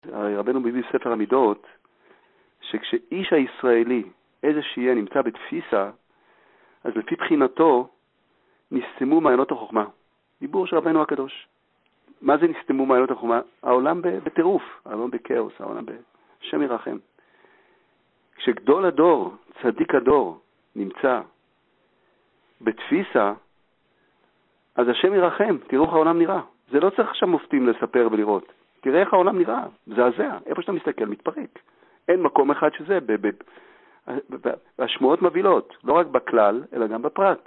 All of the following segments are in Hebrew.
הרי רבנו מביא ספר המידות, שכשאיש הישראלי, איזה שיהיה, נמצא בתפיסה, אז לפי בחינתו, נסתמו מעיינות החוכמה. דיבור של רבנו הקדוש. מה זה נסתמו מעיינות החוכמה? העולם בטירוף, העולם בכאוס, העולם השם ירחם. כשגדול הדור, צדיק הדור, נמצא בתפיסה, אז השם ירחם, תראו איך העולם נראה. זה לא צריך עכשיו מופתים לספר ולראות. תראה איך העולם נראה, זעזע. איפה שאתה מסתכל, מתפרק. אין מקום אחד שזה, השמועות מבילות, לא רק בכלל, אלא גם בפרט.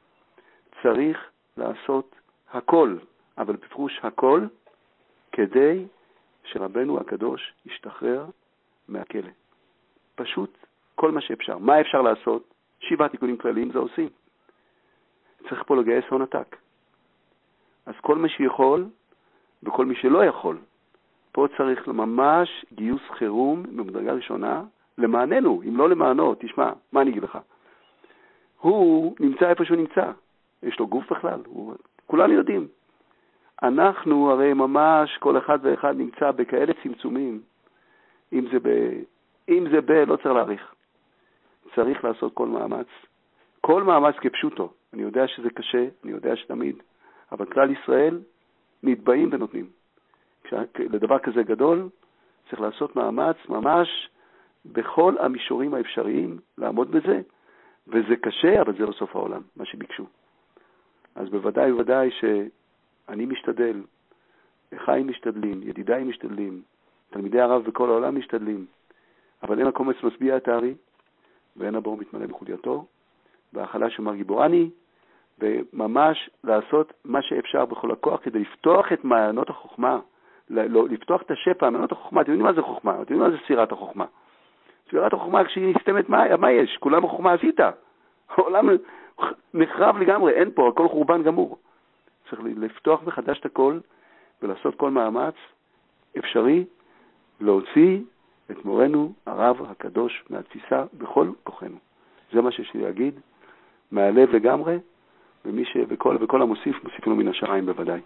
צריך לעשות הכל, אבל בפירוש הכל, כדי שרבנו הקדוש ישתחרר מהכלא. פשוט כל מה שאפשר. מה אפשר לעשות? 7 תיקונים כלליים זה עושים. צריך פה לגייס הון עתק. אז כל מי שיכול וכל מי שלא יכול, פה צריך ממש גיוס חירום במדרגה ראשונה למעננו, אם לא למענו. תשמע, מה אני אגיד לך? הוא נמצא איפה שהוא נמצא. יש לו גוף בכלל. כולנו יודעים. אנחנו הרי ממש כל אחד ואחד נמצא בכאלה צמצומים. אם זה לא צריך להאריך. צריך לעשות כל מאמץ. כל מאמץ כפשוטו. אני יודע שזה קשה, אני יודע שתמיד. אבל כלל ישראל נתבעים ונותנים. לדבר כזה גדול צריך לעשות מאמץ ממש בכל המישורים האפשריים לעמוד בזה. וזה קשה, אבל זה לא סוף העולם, מה שביקשו. אז בוודאי שאני משתדל, אחיים משתדלים, ידידיי משתדלים, תלמידי הרב בכל העולם משתדלים, אבל אין הקומץ משביע את הארי, ואין הבור מתמלא בחולייתו, והאכלה שמר גיבורני, וממש לעשות מה שאפשר בכל הכוח, כדי לפתוח את מעיינות החוכמה, לפתוח את השפע, מעיינות החוכמה. אתם יודעים מה זה חוכמה? אתם יודעים מה זה ספירת החוכמה? ספירת החוכמה, כשהיא נסתמת, מה יש? כולם החוכמה עשית. העולם נחרב לגמרי, אין פה, הכל חורבן גמור. צריך לפתוח מחדש את הכל, ולעשות כל מאמץ אפשרי, להוציא את מורנו הרב הקדוש מהתפיסה בכל כוחנו. זה מה שיש לי להגיד, מהלב לגמרי, וכל המוסיף, מוסיף לנו מן השעיים בוודאי.